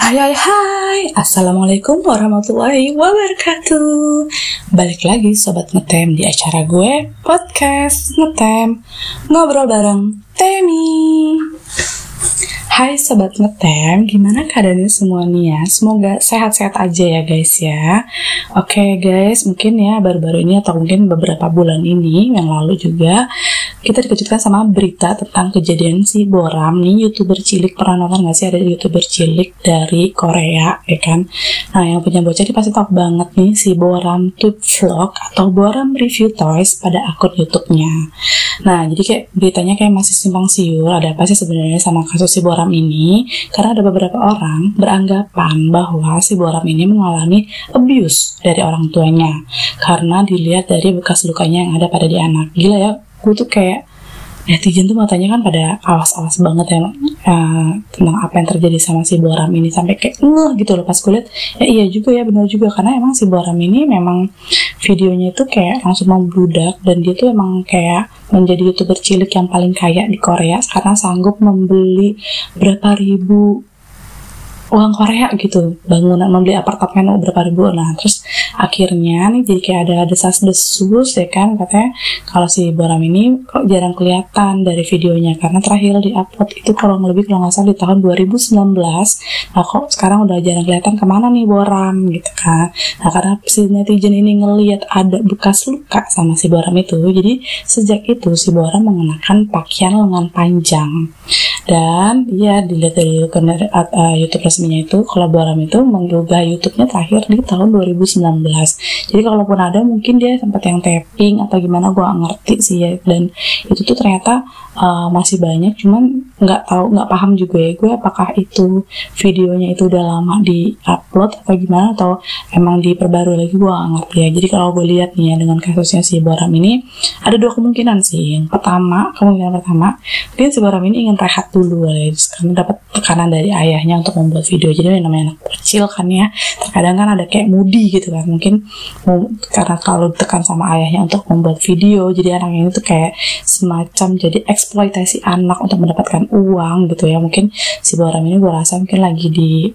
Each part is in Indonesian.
Hai, Assalamualaikum warahmatullahi wabarakatuh. Balik lagi Sobat Ngetem di acara gue, Podcast Ngetem, ngobrol bareng Temi. Hai Sobat Ngetem, gimana keadaannya semua nih ya? Semoga sehat-sehat aja ya guys ya. Oke guys, mungkin ya baru-baru ini atau mungkin beberapa bulan ini yang lalu juga kita dikejutkan sama berita tentang kejadian si Boram nih, YouTuber cilik. Pernah nonton gak sih ada YouTuber cilik dari Korea ya kan? Nah yang punya bocah ini pasti tahu banget nih si Boram Tube Vlog atau Boram Review Toys pada akun YouTube-nya. Nah jadi kayak beritanya kayak masih simpang siur, ada apa sih sebenarnya sama kasus si Boram ini? Karena ada beberapa orang beranggapan bahwa si Boram ini mengalami abuse dari orang tuanya karena dilihat dari bekas lukanya yang ada pada di anak. Gila ya, gue tuh kayak netizen tuh matanya kan pada awas-awas banget ya tentang apa yang terjadi sama si Boram ini, sampai kayak gitu loh pas gue liat. Ya iya juga ya, benar juga, karena emang si Boram ini memang videonya itu kayak langsung membludak, dan dia tuh emang kayak menjadi YouTuber cilik yang paling kaya di Korea karena sanggup membeli berapa ribu uang Korea gitu, bangunan, membeli apartemen berapa ribu. Nah terus akhirnya nih jadi kayak ada desas-desus ya kan, katanya kalau si Boram ini kok jarang kelihatan dari videonya karena terakhir di-upload itu kalau nggak salah di tahun 2019. Nah kok sekarang udah jarang kelihatan, kemana nih Boram gitu kan. Nah karena si netizen ini ngelihat ada bekas luka sama si Boram itu, jadi sejak itu si Boram mengenakan pakaian lengan panjang. Dan dia dilihat dari YouTube resminya itu, kalau Boram itu menggugah YouTube-nya terakhir di tahun 2019. Jadi kalaupun ada mungkin dia sempat yang tapping atau gimana, gue gak ngerti sih ya. Dan itu tuh ternyata masih banyak, cuman nggak paham juga ya gue apakah itu videonya itu udah lama di upload atau gimana, atau emang diperbarui lagi, gue gak ngerti ya. Jadi kalau gue lihat nih ya dengan kasusnya si Boram ini ada dua kemungkinan sih. Yang kemungkinan pertama mungkin si Boram ini ingin rehat dulu ya, karena dapat tekanan dari ayahnya untuk membuat video. Jadi namanya anak kecil kan ya, terkadang kan ada kayak moody gitu kan, mungkin karena kalau ditekan sama ayahnya untuk membuat video, jadi anaknya itu kayak semacam jadi eksploitasi anak untuk mendapatkan uang gitu ya. Mungkin si Boram ini gue rasa mungkin lagi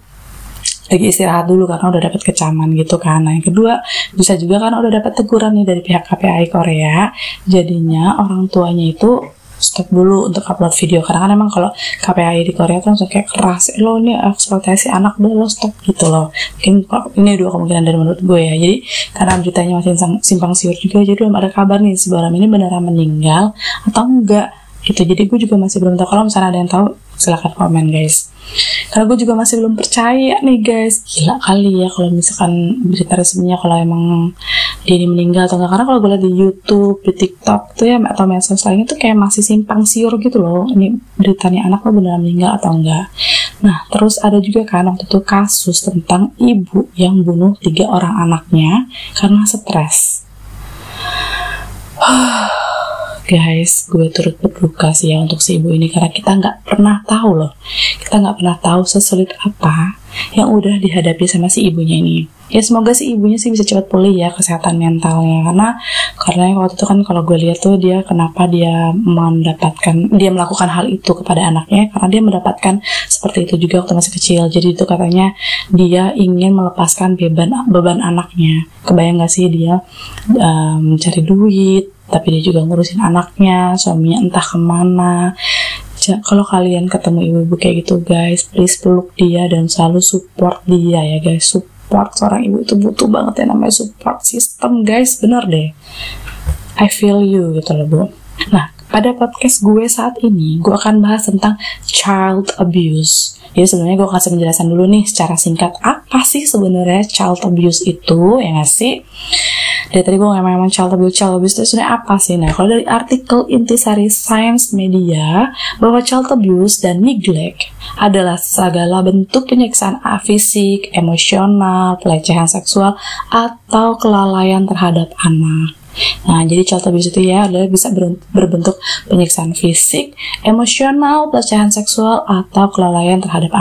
istirahat dulu karena udah dapat kecaman gitu kan. Nah yang kedua bisa juga kan udah dapat teguran nih dari pihak KPI Korea, jadinya orang tuanya itu stop dulu untuk upload video. Karena kan emang kalau KPI di Korea tuh langsung kayak keras, lo ini eksploitasi anak, udah lo stop gitu loh. Mungkin ini dua kemungkinan dari menurut gue ya. Jadi karena beritanya masih simpang siur juga, jadi belum ada kabar nih si Boram ini beneran meninggal atau enggak gitu. Jadi gue juga masih belum tahu. Kalau misalnya ada yang tahu silahkan komen guys, karena gue juga masih belum percaya nih guys. Gila kali ya kalau misalkan berita resminya kalau emang dia ini meninggal atau enggak. Karena kalau gue lihat di YouTube, di TikTok tuh ya, atau medsos lainnya tuh kayak masih simpang siur gitu loh, ini beritanya anak lo beneran meninggal atau enggak. Nah terus ada juga kan waktu itu kasus tentang ibu yang bunuh 3 orang anaknya karena stres. Guys, gue turut berduka sih ya untuk si ibu ini, karena kita nggak pernah tahu loh, kita nggak pernah tahu sesulit apa yang udah dihadapi sama si ibunya ini. Ya semoga si ibunya sih bisa cepat pulih ya kesehatan mentalnya, karena waktu itu kan kalau gue lihat tuh dia kenapa dia melakukan hal itu kepada anaknya, karena dia mendapatkan seperti itu juga waktu masih kecil. Jadi itu katanya dia ingin melepaskan beban anaknya. Kebayang gak sih dia mencari duit, tapi dia juga ngurusin anaknya, suaminya entah kemana. Kalau kalian ketemu ibu-ibu kayak gitu guys, please peluk dia dan selalu support dia ya guys. Support seorang ibu itu butuh banget ya, namanya support system guys, bener deh. I feel you gitu loh bu. Nah pada podcast gue saat ini gue akan bahas tentang child abuse. Jadi sebenarnya gue kasih penjelasan dulu nih secara singkat, apa sih sebenarnya child abuse itu, ya nggak sih? Dari tadi gue ngomong child abuse itu sebenarnya apa sih? Nah kalau dari artikel intisari Science Media, bahwa child abuse dan neglect adalah segala bentuk penyiksaan fisik, emosional, pelecehan seksual, atau kelalaian terhadap anak. Nah, jadi child abuse itu ya adalah bisa berbentuk penyiksaan fisik, emosional, pelecehan seksual, atau kelalaian terhadap anak.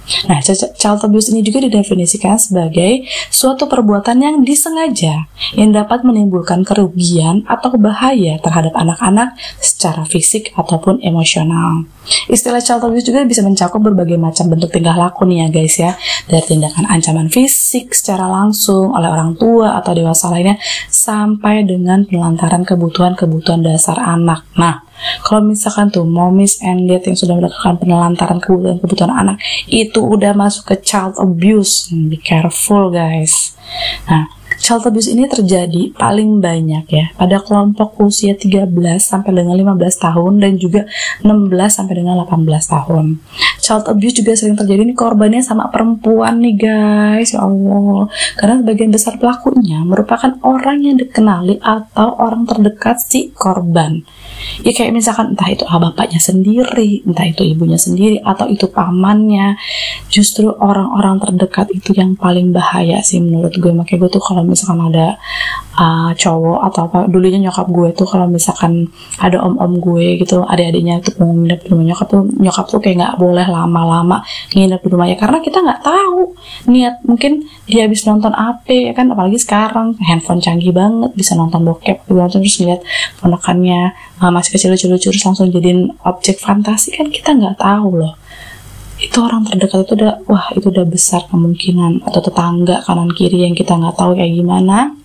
Nah, child abuse ini juga didefinisikan sebagai suatu perbuatan yang disengaja yang dapat menimbulkan kerugian atau bahaya terhadap anak-anak secara fisik ataupun emosional. Istilah child abuse juga bisa mencakup berbagai macam bentuk tingkah laku nih ya guys ya, dari tindakan ancaman fisik secara langsung oleh orang tua atau dewasa lainnya sampai dengan penelantaran kebutuhan dasar anak. Nah, kalau misalkan tuh momis and dad yang sudah melakukan penelantaran kebutuhan anak itu udah masuk ke child abuse. Be careful guys. Nah, child abuse ini terjadi paling banyak ya pada kelompok usia 13 sampai dengan 15 tahun dan juga 16 sampai dengan 18 tahun. Child abuse juga sering terjadi nih korbannya sama perempuan nih guys, ya Allah. Karena sebagian besar pelakunya merupakan orang yang dikenali atau orang terdekat si korban. Ya kayak misalkan entah itu bapaknya sendiri, entah itu ibunya sendiri, atau itu pamannya. Justru orang-orang terdekat itu yang paling bahaya sih menurut gue. Makanya gue tuh kalau misalkan ada cowok atau apa, dulunya nyokap gue tuh kalau misalkan ada om-om gue gitu, adik-adiknya tuh mau nginep di rumah nyokap tuh kayak nggak boleh lama-lama nginep di rumahnya, karena kita nggak tahu niat, mungkin dia habis nonton apa ya kan, apalagi sekarang handphone canggih banget, bisa nonton bokep terus lihat ponakannya masih kecil-kecil terus langsung jadiin objek fantasi, kan kita nggak tahu loh. Itu orang terdekat itu udah besar kemungkinan, atau tetangga kanan kiri yang kita nggak tahu kayak gimana.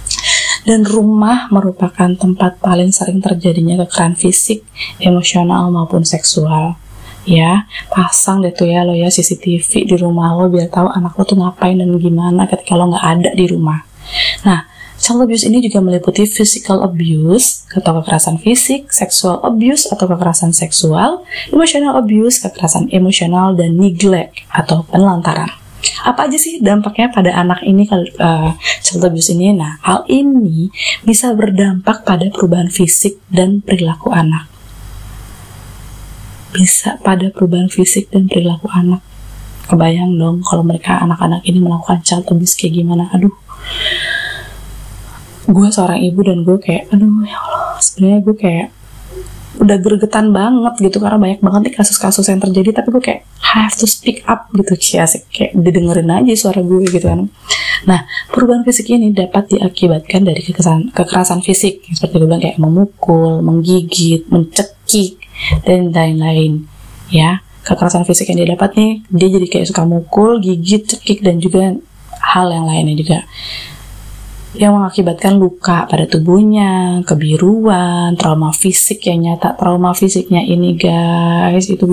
Dan rumah merupakan tempat paling sering terjadinya kekerasan fisik, emosional maupun seksual. Ya, pasang deh tuh ya lo ya CCTV di rumah lo biar tahu anak lo tuh ngapain dan gimana ketika lo nggak ada di rumah. Nah, child abuse ini juga meliputi physical abuse atau kekerasan fisik, sexual abuse atau kekerasan seksual, emotional abuse, kekerasan emosional, dan neglect atau penelantaran. Apa aja sih dampaknya pada anak ini child abuse ini? Nah, hal ini bisa berdampak pada perubahan fisik dan perilaku anak. Bisa pada perubahan fisik dan perilaku anak. Kebayang dong kalau mereka anak-anak ini melakukan child abuse kayak gimana? Aduh. Gue seorang ibu dan gue kayak aduh ya Allah, sebenarnya gue kayak udah gregetan banget gitu karena banyak banget nih kasus-kasus yang terjadi, tapi gue kayak have to speak up gitu, asik kayak didengerin aja suara gue gitu kan. Nah, perubahan fisik ini dapat diakibatkan dari kekerasan fisik seperti gue bilang, kayak memukul, menggigit, mencekik dan lain-lain ya. Kekerasan fisik yang dia dapat nih, dia jadi kayak suka mukul, gigit, cekik, dan juga hal yang lainnya juga yang mengakibatkan luka pada tubuhnya, kebiruan, trauma fisik yang nyata. Trauma fisiknya ini guys, itu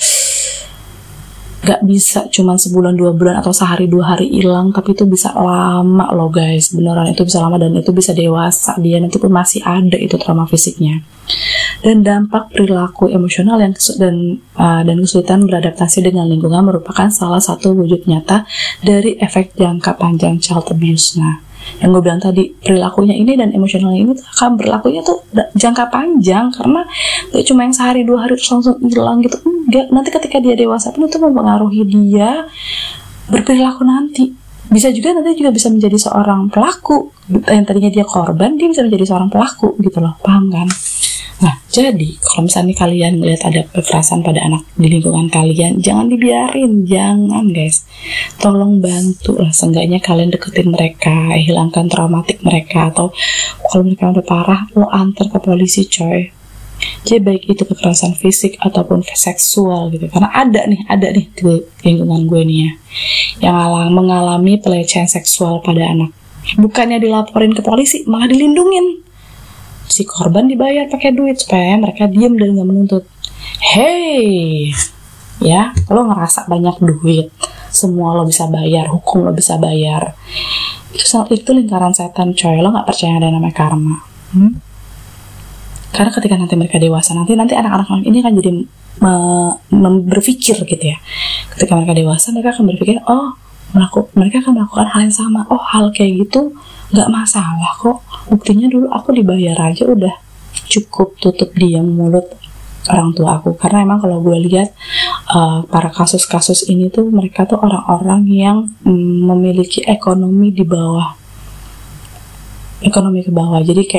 gak bisa cuma sebulan 2 bulan atau sehari 2 hari hilang, tapi itu bisa lama loh guys, beneran itu bisa lama, dan itu bisa dewasa dia nanti pun masih ada itu trauma fisiknya. Dan dampak perilaku emosional dan kesulitan beradaptasi dengan lingkungan merupakan salah satu wujud nyata dari efek jangka panjang child abuse. Nah, yang gue bilang tadi, perilakunya ini dan emosionalnya ini akan berlakunya tuh jangka panjang, karena gak cuma yang sehari 2 hari terus langsung hilang gitu, enggak. Nanti ketika dia dewasa pun itu mempengaruhi dia berperilaku nanti. Bisa juga nanti juga bisa menjadi seorang pelaku, yang tadinya dia korban, dia bisa menjadi seorang pelaku gitu loh, paham kan? Nah, jadi kalau misalnya kalian melihat ada kekerasan pada anak di lingkungan kalian, jangan dibiarin, jangan guys. Tolong bantu lah, seenggaknya kalian deketin mereka, hilangkan traumatik mereka, atau kalau mereka udah parah, lo antar ke polisi coy. Jadi baik itu kekerasan fisik ataupun seksual gitu, karena ada nih di lingkungan gue nih ya, yang mengalami pelecehan seksual pada anak. Bukannya dilaporin ke polisi, malah dilindungin. Si korban dibayar pakai duit supaya mereka diem dan gak menuntut. Hey, ya, lo ngerasa banyak duit, semua lo bisa bayar, hukum lo bisa bayar. Itu lingkaran setan coy, lo gak percaya ada namanya karma. Karena ketika nanti mereka dewasa, nanti anak-anak ini akan jadi berpikir gitu ya. Ketika mereka dewasa, mereka akan berpikir, mereka akan melakukan hal yang sama. Oh, hal kayak gitu gak masalah kok, buktinya dulu aku dibayar aja udah cukup tutup diam mulut orang tua aku. Karena emang kalau gue lihat para kasus-kasus ini tuh, mereka tuh orang-orang yang memiliki ekonomi ke bawah, jadi kayak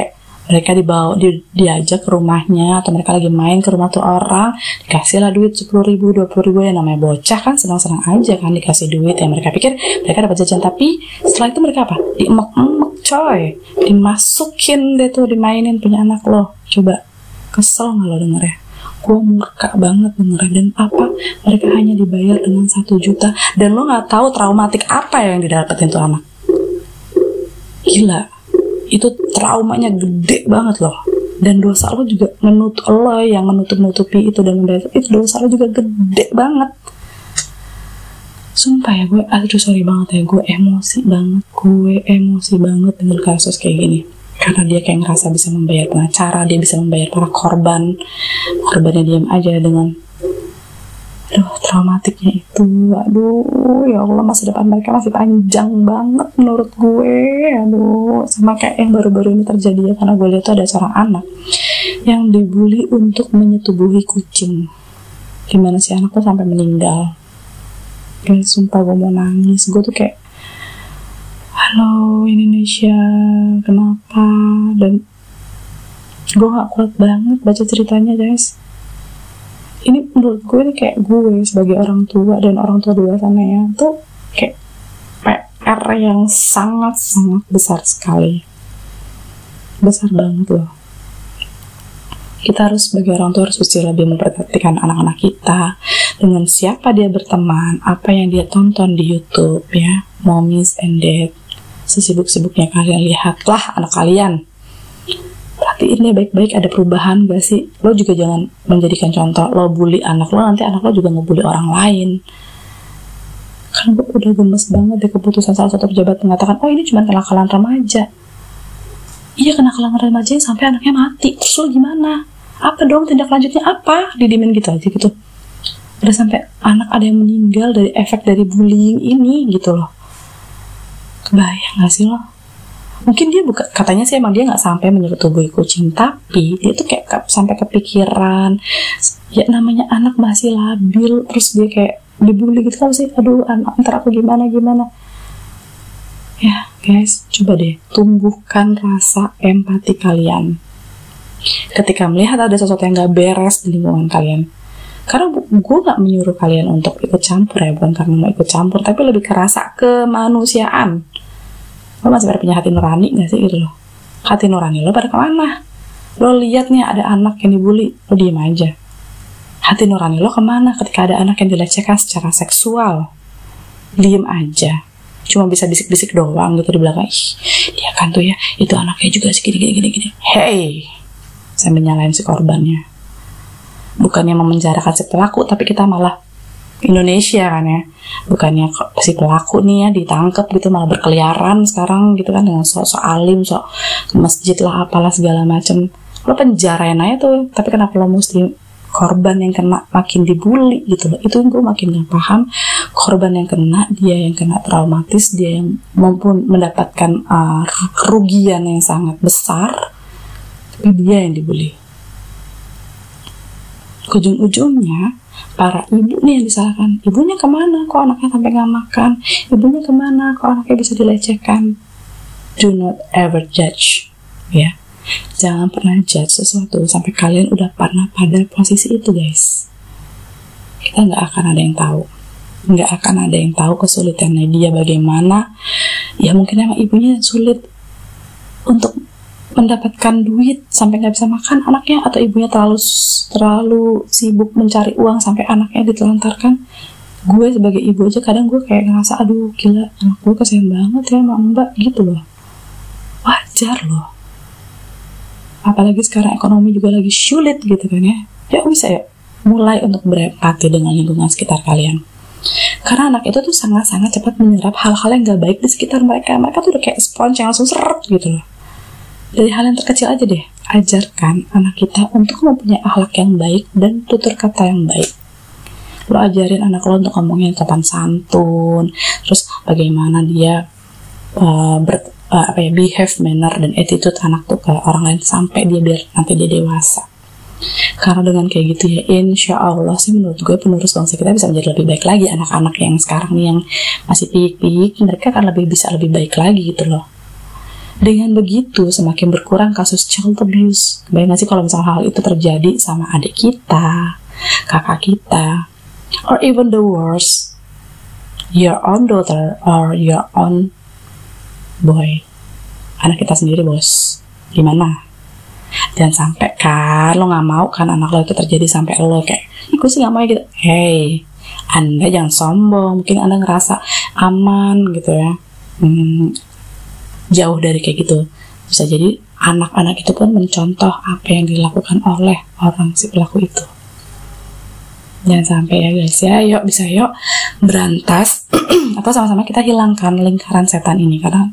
Mereka diajak ke rumahnya, atau mereka lagi main ke rumah tuh orang, dikasih lah duit 10 ribu, 20 ribu, ya namanya bocah kan senang-senang aja kan dikasih duit, ya mereka pikir mereka dapat jajan. Tapi setelah itu mereka apa? Diemek-emek coy, dimasukin deh tuh, dimainin punya anak lo. Coba, kesel gak lo denger ya? Gue murka banget denger. Dan apa? Mereka hanya dibayar dengan 1 juta, dan lo gak tahu traumatik apa yang didapetin tuh anak. Gila, itu traumanya gede banget loh. Dan dosa lo juga lo yang menutupi itu dan membayar itu, dosa lo juga gede banget. Sumpah ya, gue sorry banget ya, gue emosi banget dengan kasus kayak gini. Karena dia kayak ngerasa bisa membayar pengacara, dia bisa membayar para korbannya diam aja dengan traumatiknya itu. Ya Allah, masa depan mereka masih panjang banget menurut gue. Sama kayak yang baru-baru ini terjadi ya, karena gue lihat tuh ada seorang anak yang dibully untuk menyetubuhi kucing, gimana sih anak tuh sampai meninggal. Guys, sumpah gue mau nangis. Gue tuh kayak, halo Indonesia, kenapa? Dan gue gak kuat banget baca ceritanya guys. Ini menurut gue ini kayak gue sebagai orang tua dan orang tua di luar sana ya, tuh kayak PR yang sangat-sangat besar sekali. Besar banget loh. Kita harus sebagai orang tua harus bisa lebih memperhatikan anak-anak kita, dengan siapa dia berteman, apa yang dia tonton di YouTube ya, moms and dad. Sesibuk-sibuknya kalian, lihatlah anak kalian. Perhatiin deh baik-baik, ada perubahan gak sih? Lo juga jangan menjadikan contoh, lo bully anak lo, nanti anak lo juga ngebully orang lain. Kan gue udah gemes banget deh keputusan salah satu pejabat mengatakan, oh ini cuma kenakalan remaja. Iya, kenakalan remaja sampai anaknya mati. Terus lo gimana? Apa dong tindak lanjutnya apa? Didimin gitu aja gitu. Udah sampai anak ada yang meninggal dari efek dari bullying ini gitu loh. Kebayang gak sih lo? Mungkin dia katanya sih emang dia nggak sampai menyetubuhi kucing, tapi dia tuh kayak sampai kepikiran, ya namanya anak masih labil, terus dia kayak dibully gitu kan sih. Aduh, ntar aku gimana. Ya guys, coba deh tumbuhkan rasa empati kalian ketika melihat ada sesuatu yang nggak beres di lingkungan kalian. Karena gue nggak menyuruh kalian untuk ikut campur ya, bukan karena mau ikut campur, tapi lebih ke rasa kemanusiaan. Lo masih pada punya hati nurani gak sih gitu loh? Hati nurani lo pada kemana? Lo lihat nih ada anak yang dibully, lo diem aja. Hati nurani lo kemana ketika ada anak yang dilecehkan secara seksual? Diem aja. Cuma bisa bisik-bisik doang gitu di belakang. Ih, dia kan tuh ya, itu anaknya juga segini. Hey, saya menyalahin si korbannya. Bukannya memenjarakan si pelaku, tapi kita malah Indonesia kan ya, bukannya si pelaku nih ya ditangkap gitu, malah berkeliaran sekarang gitu kan, dengan sok alim, sok masjid lah apalah segala macem. Lo penjarain aja tuh, tapi kenapa lo mesti korban yang kena makin dibully gitu loh? Itu yang gue makin gak paham. Korban yang kena, dia yang kena traumatis, dia yang maupun mendapatkan kerugian yang sangat besar, tapi dia yang dibully. Ujung-ujungnya para ibu nih yang disalahkan. Ibunya kemana kok anaknya sampai gak makan? Ibunya kemana kok anaknya bisa dilecehkan? Do not ever judge ya. Jangan pernah judge sesuatu sampai kalian udah pernah pada posisi itu guys. Kita gak akan ada yang tahu. Gak akan ada yang tahu kesulitannya dia bagaimana. Ya mungkin emang ibunya sulit untuk mendapatkan duit sampai nggak bisa makan anaknya, atau ibunya terlalu sibuk mencari uang sampai anaknya ditelantarkan. Gue sebagai ibu aja kadang gue kayak ngerasa, aduh gila, anak gue kasihan banget ya sama mbak gitu loh. Wajar loh, apalagi sekarang ekonomi juga lagi sulit gitu kan ya. Ya bisa ya mulai untuk berempati dengan lingkungan sekitar kalian, karena anak itu tuh sangat-sangat cepat menyerap hal-hal yang gak baik di sekitar mereka. Mereka tuh udah kayak sponge yang langsung seret gitu loh. Dari hal yang terkecil aja deh, ajarkan anak kita untuk mempunyai akhlak yang baik dan tutur kata yang baik. Lo ajarin anak lo untuk ngomongin sopan santun, terus bagaimana dia behave, manner dan attitude anak tuh ke orang lain sampai dia biar nanti dia dewasa. Karena dengan kayak gitu ya, insya Allah sih menurut gue penerus bangsa kita bisa menjadi lebih baik lagi. Anak-anak yang sekarang nih yang masih piik-piik, mereka akan bisa lebih baik lagi gitu loh. Dengan begitu semakin berkurang kasus child abuse. Kebayang gak sih kalau misalnya hal itu terjadi sama adik kita, kakak kita, or even the worst, your own daughter or your own boy, anak kita sendiri, bos. Gimana? Jangan sampai kan lo gak mau kan anak lo itu terjadi sampai lo kayak gue sih gak mau gitu. Hey, Anda jangan sombong. Mungkin Anda ngerasa aman gitu ya, jauh dari kayak gitu. Bisa jadi anak-anak itu pun mencontoh apa yang dilakukan oleh orang si pelaku itu. Jangan sampai ya guys ya. Yuk bisa yuk berantas atau sama-sama kita hilangkan lingkaran setan ini. Karena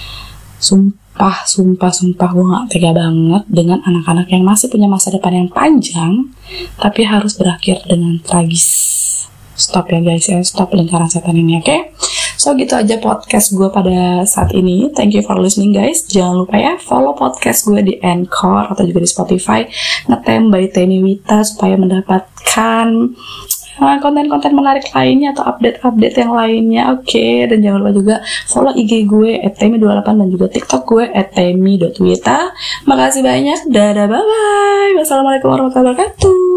sumpah gue gak tega banget dengan anak-anak yang masih punya masa depan yang panjang tapi harus berakhir dengan tragis. Stop ya guys ya, stop lingkaran setan ini, oke? So gitu aja podcast gue pada saat ini. Thank you for listening guys. Jangan lupa ya follow podcast gue di Anchor atau juga di Spotify Ngetem by Temi Wita supaya mendapatkan konten-konten menarik lainnya atau update-update yang lainnya. Oke, dan jangan lupa juga follow IG gue @temi28 dan juga TikTok gue @temi.wita. Makasih banyak. Dadah, bye-bye. Wassalamualaikum warahmatullahi wabarakatuh.